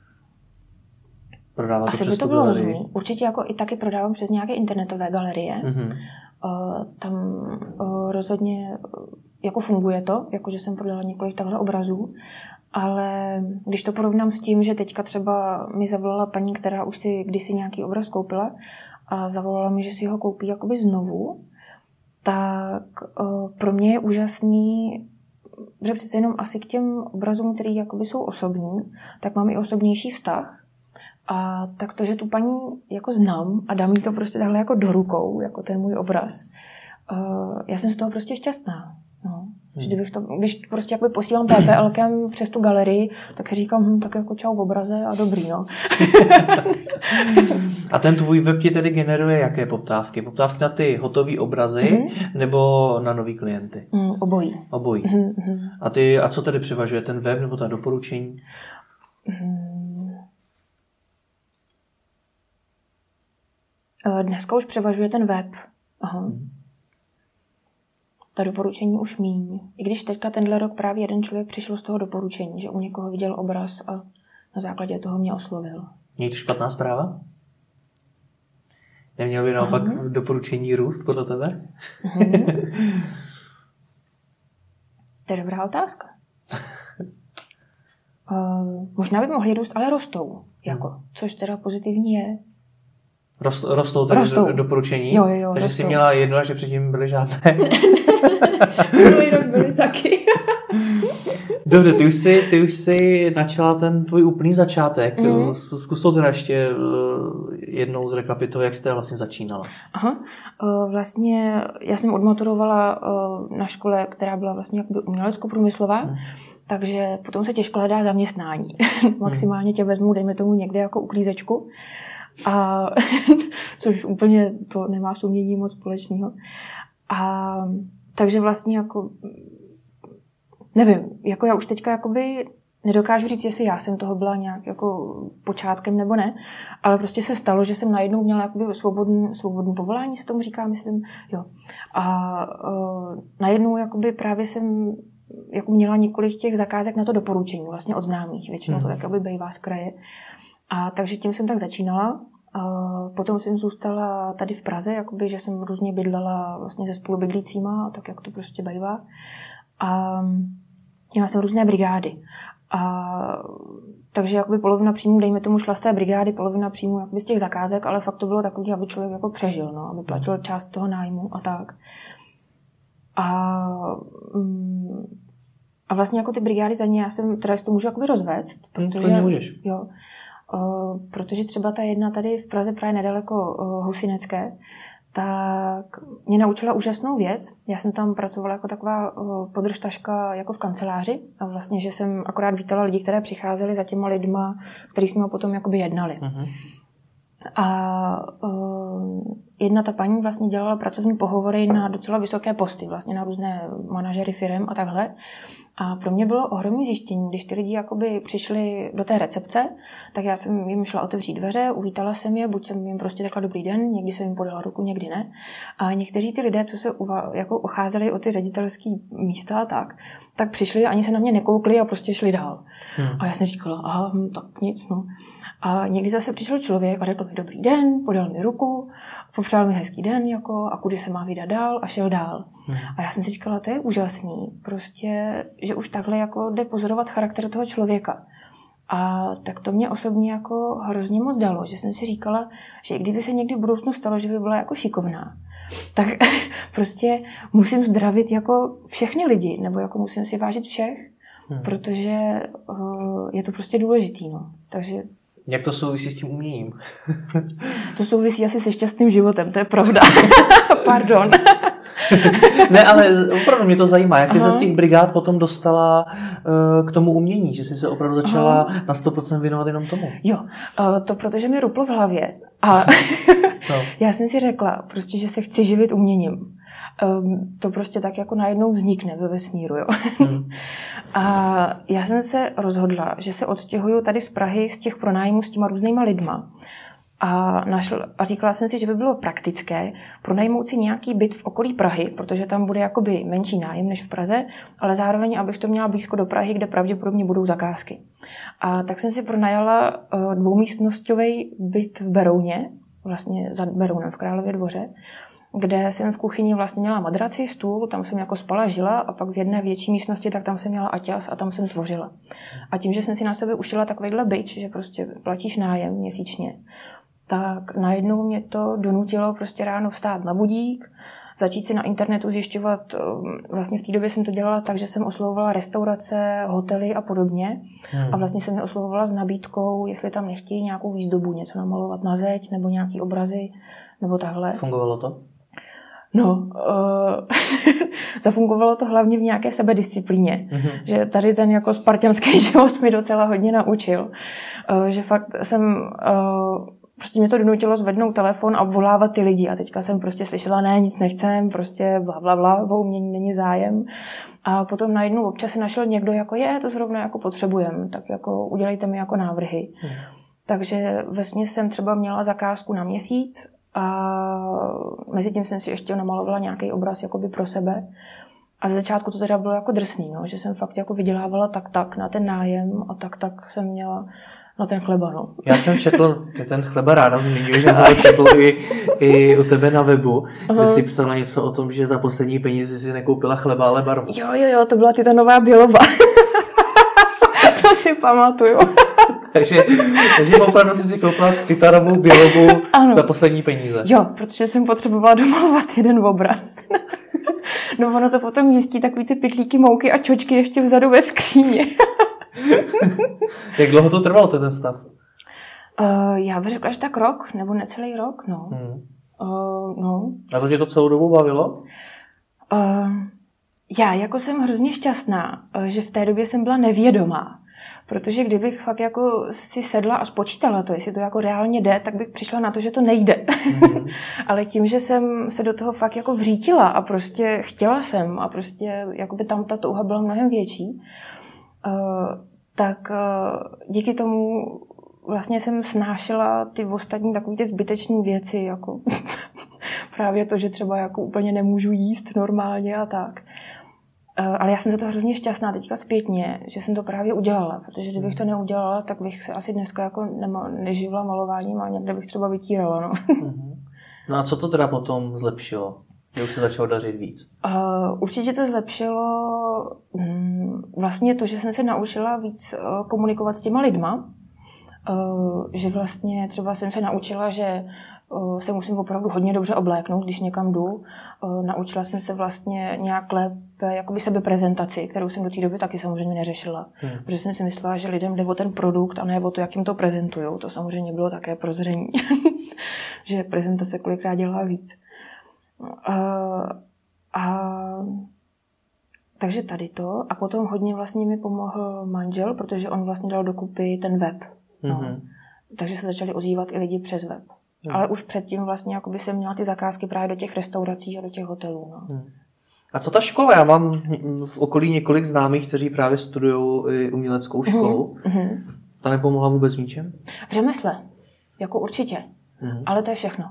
S1: Prodávat
S2: asi
S1: to přes
S2: by to
S1: tu
S2: bylo
S1: galerii?
S2: rozumný. Určitě jako i taky prodávám přes nějaké internetové galerie. Hmm. Uh, tam uh, rozhodně uh, jako funguje to, jakože jsem prodala několik takhle obrazů, ale když to porovnám s tím, že teďka třeba mi zavolala paní, která už si kdysi nějaký obraz koupila a zavolala mi, že si ho koupí jakoby znovu, tak uh, pro mě je úžasný, že přece jenom asi k těm obrazům, které jakoby jsou osobní, tak mám i osobnější vztah. A tak to, že tu paní jako znám a dám jí to prostě takhle jako do rukou, jako ten můj obraz, uh, já jsem z toho prostě šťastná. No. Hmm. Kdybych to, když prostě jakoby posílám PPLkem přes tu galerii, tak říkám, hm, tak jako čau v obraze a dobrý, no.
S1: A ten tvůj web ti tedy generuje jaké poptávky? Poptávky na ty hotové obrazy mm-hmm. nebo na nový klienty?
S2: Mm, obojí.
S1: Obojí.
S2: Mm-hmm.
S1: A, ty, a co tedy převažuje, ten web nebo ta doporučení?
S2: Mm. Dneska už převažuje ten web. Aha. Mm. Ta doporučení už míň. I když teďka tenhle rok právě jeden člověk přišel z toho doporučení, že u někoho viděl obraz a na základě toho mě oslovil. Je
S1: to špatná zpráva? Neměl by naopak uh-huh. doporučení růst podle tebe?
S2: Uh-huh. To je dobrá otázka. uh, možná by mohly růst, ale rostou. Jako, uh-huh. Což teda pozitivní je.
S1: Rost, rostou tedy rostou. doporučení?
S2: Jo, jo, jo.
S1: Takže
S2: rostou.
S1: Jsi měla jedno, a že předtím byly žádné.
S2: Minulý rok byly taky.
S1: Dobře, ty už jsi, ty už jsi načala ten tvůj úplný začátek. Mm. Zkus to teda ještě jednou zrekapitulovat, jak jsi teda vlastně začínala.
S2: Aha, vlastně já jsem odmaturovala na škole, která byla vlastně jakoby umělecko-průmyslová, mm. takže potom se těžko hledá zaměstnání. Maximálně tě vezmu, dejme tomu někde jako uklízečku. A což úplně to nemá s uměním moc společného. A takže vlastně jako nevím, jako já už teďka jakoby nedokážu říct, jestli já jsem toho byla nějak jako počátkem nebo ne, ale prostě se stalo, že jsem najednou měla jakoby svobodný, svobodný povolání, se tomu říká, myslím, jo. A uh, najednou jakoby právě jsem jako měla několik těch zakázek na to doporučení, vlastně od známých, většinou to tak jakoby bývá z kraje. A takže tím jsem tak začínala. A potom jsem zůstala tady v Praze, jakoby, že jsem různě bydlela vlastně se spolubydlícíma, tak jak to prostě bývá. A měla jsem různé brigády. A takže jakoby polovina příjmů, dejme tomu, šla z té brigády, polovina příjmů jakoby z těch zakázek, ale fakt to bylo takový, aby člověk jako přežil, no, aby platil část toho nájmu a tak. A, a vlastně jako ty brigády za ně, já jsem, teda to můžu jakoby rozvést, protože,
S1: hmm, můžeš.
S2: Jo, uh, protože třeba ta jedna tady v Praze právě nedaleko uh, Husinecké, tak mě naučila úžasnou věc. Já jsem tam pracovala jako taková podržtaška jako v kanceláři a vlastně, že jsem akorát vítala lidi, které přicházeli za těma lidma, který s nimi potom jakoby jednali. Uh-huh. A uh, jedna ta paní vlastně dělala pracovní pohovory na docela vysoké posty, vlastně na různé manažery firem a takhle. A pro mě bylo ohromné zjištění, když ty lidi jakoby přišli do té recepce, tak já jsem jim šla otevřít dveře, uvítala jsem je, buď jsem jim prostě řekla dobrý den, někdy jsem jim podala ruku, někdy ne. A někteří ty lidé, co se uva- jako ocházeli o ty ředitelské místa, tak, tak přišli, ani se na mě nekoukli a prostě šli dál. Hmm. A já jsem říkala, aha, hm, tak nic, no. A někdy zase přišel člověk a řekl mi dobrý den, podal mi ruku, popřál mi hezký den, jako, a kudy se má vydat dál a šel dál. Hmm. A já jsem si říkala, to je úžasný, prostě, že už takhle jako jde pozorovat charakter toho člověka. A tak to mě osobně jako hrozně moc dalo, že jsem si říkala, že i kdyby se někdy v budoucnu stalo, že by byla jako šikovná, tak prostě musím zdravit jako všechny lidi, nebo jako musím si vážit všech, hmm. protože uh, je to prostě důležitý, no. Takže
S1: jak to souvisí s tím uměním?
S2: To souvisí asi se šťastným životem, to je pravda. Pardon.
S1: Ne, ale opravdu mě to zajímá. Jak jsi Aha. se z těch brigád potom dostala uh, k tomu umění? Že jsi se opravdu začala Aha. na sto procent věnovat jenom tomu?
S2: Jo, uh, to protože mi ruplo v hlavě. A no. já jsem si řekla, prostě, že se chci živit uměním. Um, to prostě tak jako najednou vznikne ve vesmíru. Jo. Hmm. A já jsem se rozhodla, že se odstěhuju tady z Prahy z těch pronájmů s těma různýma lidma. A, našla, a říkala jsem si, že by bylo praktické pronajmout si nějaký byt v okolí Prahy, protože tam bude jakoby menší nájem než v Praze, ale zároveň, abych to měla blízko do Prahy, kde pravděpodobně budou zakázky. A tak jsem si pronajala uh, dvoumístnostový byt v Berouně, vlastně za Berounem v Králově Dvoře, kde jsem v kuchyni vlastně měla madraci, stůl, tam jsem jako spala, žila a pak v jedné větší místnosti, tak tam jsem měla aťas a tam jsem tvořila. A tím, že jsem si na sebe ušila takovýhle bič, že prostě platíš nájem měsíčně, tak najednou mě to donutilo prostě ráno vstát na budík, začít si na internetu zjišťovat, vlastně v té době jsem to dělala tak, že jsem oslovovala restaurace, hotely a podobně hmm. a vlastně jsem je oslovovala s nabídkou, jestli tam nechtějí nějakou výzdobu, něco namalovat na zeď nebo nějaký obrazy nebo takhle.
S1: Fungovalo to?
S2: No, uh, zafungovalo to hlavně v nějaké sebedisciplíně, mm-hmm. že tady ten jako spartanský život mi docela hodně naučil, uh, že fakt jsem, uh, prostě mě to donutilo zvednout telefon a obvolávat ty lidi a teďka jsem prostě slyšela, ne, nic nechcem, prostě bla, bla, bla, o umění není zájem a potom najednou občas se našel někdo jako je, to zrovna jako potřebujem, tak jako udělejte mi jako návrhy. Mm. Takže vesměs jsem třeba měla zakázku na měsíc a mezi tím jsem si ještě namalovala nějaký obraz jakoby pro sebe. A ze začátku to teda bylo jako drsný, no, že jsem fakt jako vydělávala tak tak na ten nájem a tak tak jsem měla na ten chleba, no.
S1: Já jsem četl, ty ten chleba ráda zmiňuješ, že jsem to četl i, i u tebe na webu, kde uh-huh. jsi psala něco o tom, že za poslední peníze si nekoupila chleba, ale barvu.
S2: Jo, jo, jo, to byla titanová biloba. To si pamatuju.
S1: takže, takže opravdu jsi si koupila titanovou bilobu za poslední peníze.
S2: Jo, protože jsem potřebovala domalovat jeden obraz. No ono to potom místí takový ty pytlíky mouky a čočky ještě vzadu ve skříně.
S1: Jak dlouho to trvalo ten stav?
S2: Uh, já bych řekla, že tak rok, nebo necelý rok, no. Hmm. Uh, no.
S1: A to tě to celou dobu bavilo?
S2: Uh, já jako jsem hrozně šťastná, že v té době jsem byla nevědomá. Protože kdybych fakt jako si sedla a spočítala to, jestli to jako reálně jde, tak bych přišla na to, že to nejde. Mm-hmm. Ale tím, že jsem se do toho fakt jako vřítila a prostě chtěla jsem a prostě jakoby tam ta touha byla mnohem větší, uh, tak uh, díky tomu vlastně jsem snášela ty ostatní takový ty zbytečné věci, jako právě to, že třeba jako úplně nemůžu jíst normálně a tak. Ale já jsem za to hrozně šťastná teďka zpětně, že jsem to právě udělala, protože kdybych to neudělala, tak bych se asi dneska jako neživla malováním a někde bych třeba vytírala. No.
S1: No a co to teda potom zlepšilo? Jak už se začalo dařit víc?
S2: Uh, určitě to zlepšilo um, vlastně to, že jsem se naučila víc uh, komunikovat s těma lidma. Uh, že vlastně třeba jsem se naučila, že uh, se musím opravdu hodně dobře obléknout, když někam jdu. Uh, naučila jsem se vlastně nějak lépe jakoby sebeprezentaci, kterou jsem do té doby taky samozřejmě neřešila. Hmm. Protože jsem si myslela, že lidem jde o ten produkt a ne o to, jak jim to prezentujou. To samozřejmě bylo také prozření, že prezentace kolikrát dělá víc. Uh, a takže tady to. A potom hodně vlastně mi pomohl manžel, protože on vlastně dal dokupy ten web. No. Mm-hmm. Takže se začali ozývat i lidi přes web. Mm. Ale už předtím vlastně jakoby jsem měla ty zakázky právě do těch restaurací a do těch hotelů. No.
S1: Mm. A co ta škola? Já mám v okolí několik známých, kteří právě studují uměleckou školu. Mm-hmm. Ta nepomohla vůbec ničem?
S2: V řemesle. Jako určitě. Mm-hmm. Ale to je všechno.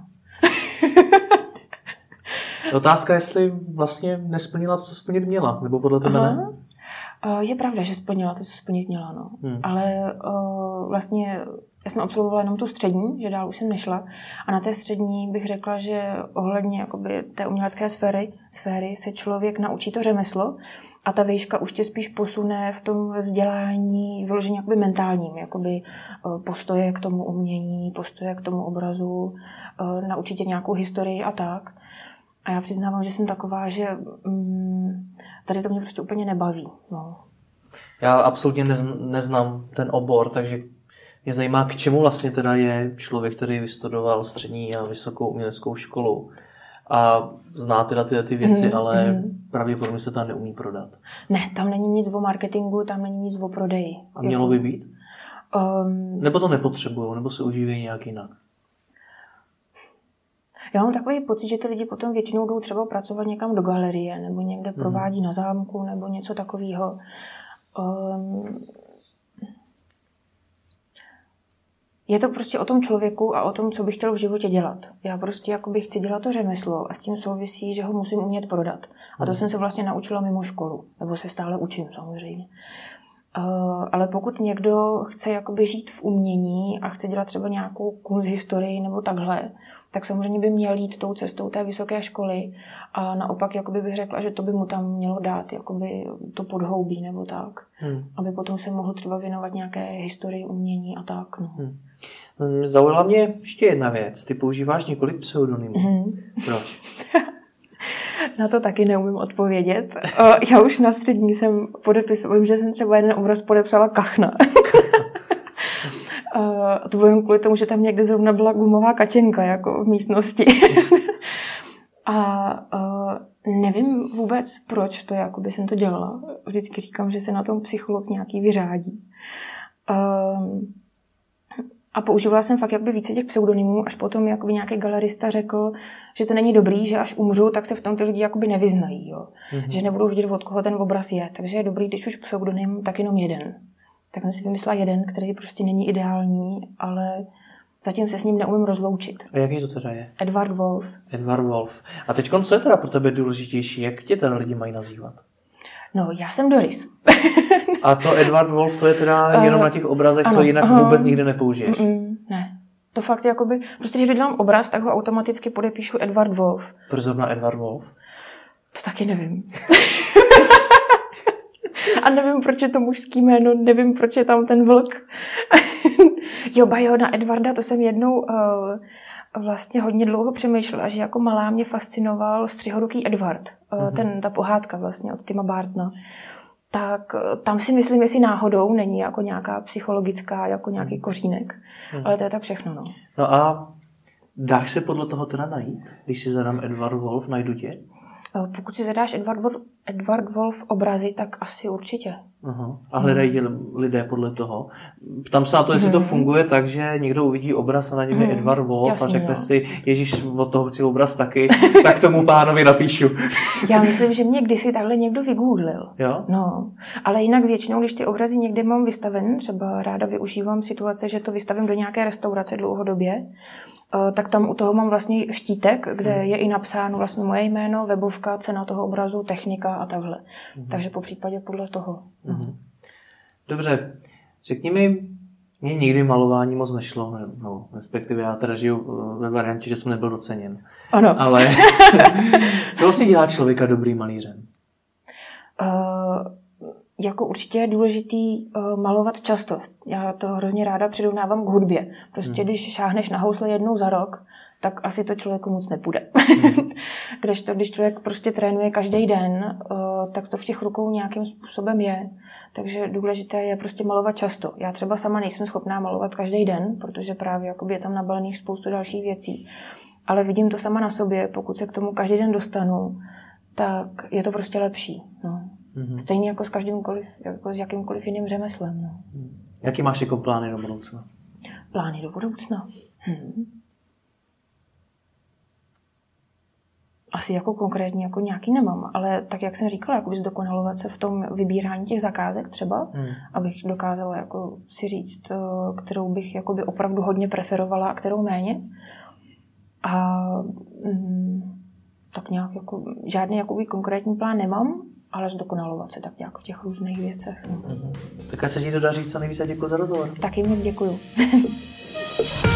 S1: Otázka, jestli vlastně nesplnila to, co splnit měla, nebo podle tebe ne?
S2: Je pravda, že splnila to, co splnit měla, no. Hmm. Ale uh, vlastně já jsem absolvovala jenom tu střední, že dál už jsem nešla. A na té střední bych řekla, že ohledně jakoby té umělecké sféry, sféry se člověk naučí to řemeslo a ta výška už tě spíš posune v tom vzdělání vyloženě jakoby mentálním, jakoby uh, postoje k tomu umění, postoje k tomu obrazu, uh, naučí tě nějakou historii a tak. A já přiznávám, že jsem taková, že mm, tady to mě prostě úplně nebaví. No.
S1: Já absolutně nez, neznám ten obor, takže mě zajímá, k čemu vlastně teda je člověk, který vystudoval střední a vysokou uměleckou školu a zná teda tyhle ty věci, mm, ale mm. pravděpodobně se tam neumí prodat.
S2: Ne, tam není nic o marketingu, tam není nic o prodeji.
S1: A mělo by být? Um, nebo to nepotřebují, nebo se užívají nějak jinak?
S2: Já mám takový pocit, že ty lidi potom většinou jdou třeba pracovat někam do galerie nebo někde provádí mm. na zámku nebo něco takového. Um, je to prostě o tom člověku a o tom, co bych chtěl v životě dělat. Já prostě jakoby chci dělat to řemeslo a s tím souvisí, že ho musím umět prodat. A to mm. jsem se vlastně naučila mimo školu. Nebo se stále učím samozřejmě. Uh, ale pokud někdo chce jakoby žít v umění a chce dělat třeba nějakou kunsthistorii nebo takhle, tak samozřejmě by měl jít tou cestou té vysoké školy a naopak jakoby bych řekla, že to by mu tam mělo dát jakoby to podhoubí nebo tak, hmm. aby potom se mohl třeba věnovat nějaké historii umění a tak. No. Hmm.
S1: Zaujala mě ještě jedna věc. Ty používáš několik pseudonymů. Hmm. Proč?
S2: Na to taky neumím odpovědět. Já už na střední jsem podepisovala, vím, že jsem třeba jeden obraz podepsala Kachna. A to bylo jen kvůli tomu, že tam někde zrovna byla gumová kačenka jako v místnosti. A uh, nevím vůbec, proč to jakoby jsem to dělala. Vždycky říkám, že se na tom psycholog nějaký vyřádí. Uh, a používala jsem fakt jakoby více těch pseudonymů, až potom jakoby nějaký galerista řekl, že to není dobrý, že až umřu, tak se v tom ty lidi jakoby nevyznají. Jo? Mm-hmm. Že nebudou vidět, od koho ten obraz je. Takže je dobrý, když už pseudonym, tak jenom jeden. Tak jsem si vymyslela jeden, který prostě není ideální, ale zatím se s ním neumím rozloučit.
S1: A jaký to teda je?
S2: Edward Wolf.
S1: Edward Wolf. A teď co je teda pro tebe důležitější? Jak tě teda lidi mají nazývat?
S2: No, já jsem Doris.
S1: A to Edward Wolf, to je teda jenom uh, na těch obrazech, ano, to jinak uh, vůbec nikdy nepoužiješ?
S2: Mm, ne. To fakt jakoby, prostě když udělám obraz, tak ho automaticky podepíšu Edward Wolf.
S1: Proč zrovna Edward Wolf?
S2: To taky nevím. A nevím, proč je to mužský jméno, nevím, proč je tam ten vlk. Jo, bajo, na Edwarda, to jsem jednou uh, vlastně hodně dlouho přemýšlela, že jako malá mě fascinoval střihoruký Edward. Uh, mm-hmm. ten, ta pohádka vlastně od Tima Bartona. Tak uh, tam si myslím, jestli náhodou není jako nějaká psychologická, jako nějaký kořínek. Mm-hmm. Ale to je tak všechno, no.
S1: No a dáš se podle toho teda najít? Když si zadám Edward Wolf, najdu tě?
S2: Pokud si zadáš Edward Wolf, Edward Wolf obrazy, tak asi určitě.
S1: Aha. A hledají lidé podle toho. Tam se na to, jestli hmm. to funguje tak, že někdo uvidí obraz a na něm je hmm. Edward Wolf. Jasný, a řekne no. si, ježíš, od toho chci obraz taky, tak tomu pánovi napíšu.
S2: Já myslím, že mě kdysi takhle někdo vygooglil.
S1: Jo?
S2: No, ale jinak většinou, když ty obrazy někde mám vystaven, třeba ráda využívám situace, že to vystavím do nějaké restaurace dlouhodobě, tak tam u toho mám vlastně štítek, kde hmm. je i napsáno vlastně moje jméno, webovka, cena toho obrazu, technika technika a takhle. Mm-hmm. Takže po případě podle toho.
S1: Mm-hmm. Dobře, řekni mi, mně nikdy malování moc nešlo, no, respektive já teda žiju ve variantě, že jsem nebyl doceněn.
S2: Ano.
S1: Ale co vlastně dělá člověka dobrým malířem?
S2: Uh, jako určitě je důležitý uh, malovat často. Já to hrozně ráda přirovnávám k hudbě. Prostě hmm. když šáhneš na housle jednou za rok, tak asi to člověku moc nepůjde. Hmm. Kdežto, když člověk prostě trénuje každý den, uh, tak to v těch rukou nějakým způsobem je. Takže důležité je prostě malovat často. Já třeba sama nejsem schopná malovat každý den, protože právě jakoby je tam nabalených spoustu dalších věcí. Ale vidím to sama na sobě, pokud se k tomu každý den dostanu, tak je to prostě lepší. No. Mm-hmm. Stejně jako s každýmkoliv, jako s jakýmkoliv jiným řemeslem. No.
S1: Jaký máš jako plány do budoucna?
S2: Plány do budoucna? Hmm. Asi jako konkrétně jako nějaký nemám, ale tak, jak jsem říkala, jakoby zdokonalovat se v tom vybírání těch zakázek třeba, hmm. abych dokázala jako si říct, kterou bych jakoby opravdu hodně preferovala a kterou méně. A mm, tak nějak jako, žádný jakoby konkrétní plán nemám, ale zdokonalovat se tak nějak v těch různých věcech. No.
S1: Tak ať se ti to daří, co nejvíce, děkuji za rozhovor.
S2: Taky moc děkuju.